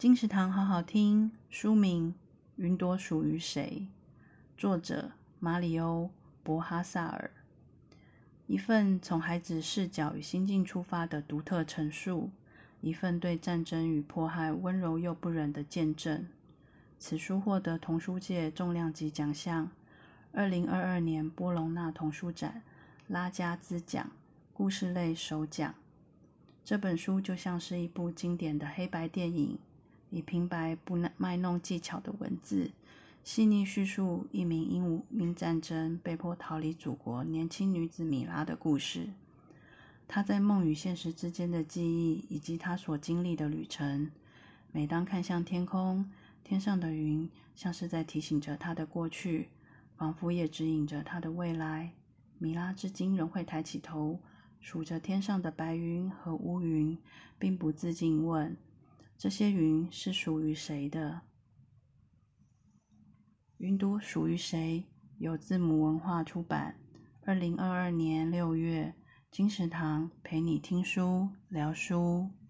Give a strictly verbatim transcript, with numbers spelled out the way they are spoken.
金石堂好好听，书名《云朵属于谁》，作者马里欧·博哈萨尔。一份从孩子视角与心境出发的独特陈述，一份对战争与迫害温柔又不忍的见证。此书获得童书界重量级奖项，二零二二年波隆纳童书展拉加兹奖故事类首奖。这本书就像是一部经典的黑白电影，以平白不卖弄技巧的文字，细腻叙述一名因无名战争被迫逃离祖国年轻女子米拉的故事。她在梦与现实之间的记忆，以及她所经历的旅程。每当看向天空，天上的云像是在提醒着她的过去，仿佛也指引着她的未来。米拉至今仍会抬起头，数着天上的白云和乌云，并不自禁问：这些云是属于谁的？云朵属于谁？由字母文化出版，二零二二年六月。金石堂陪你听书聊书。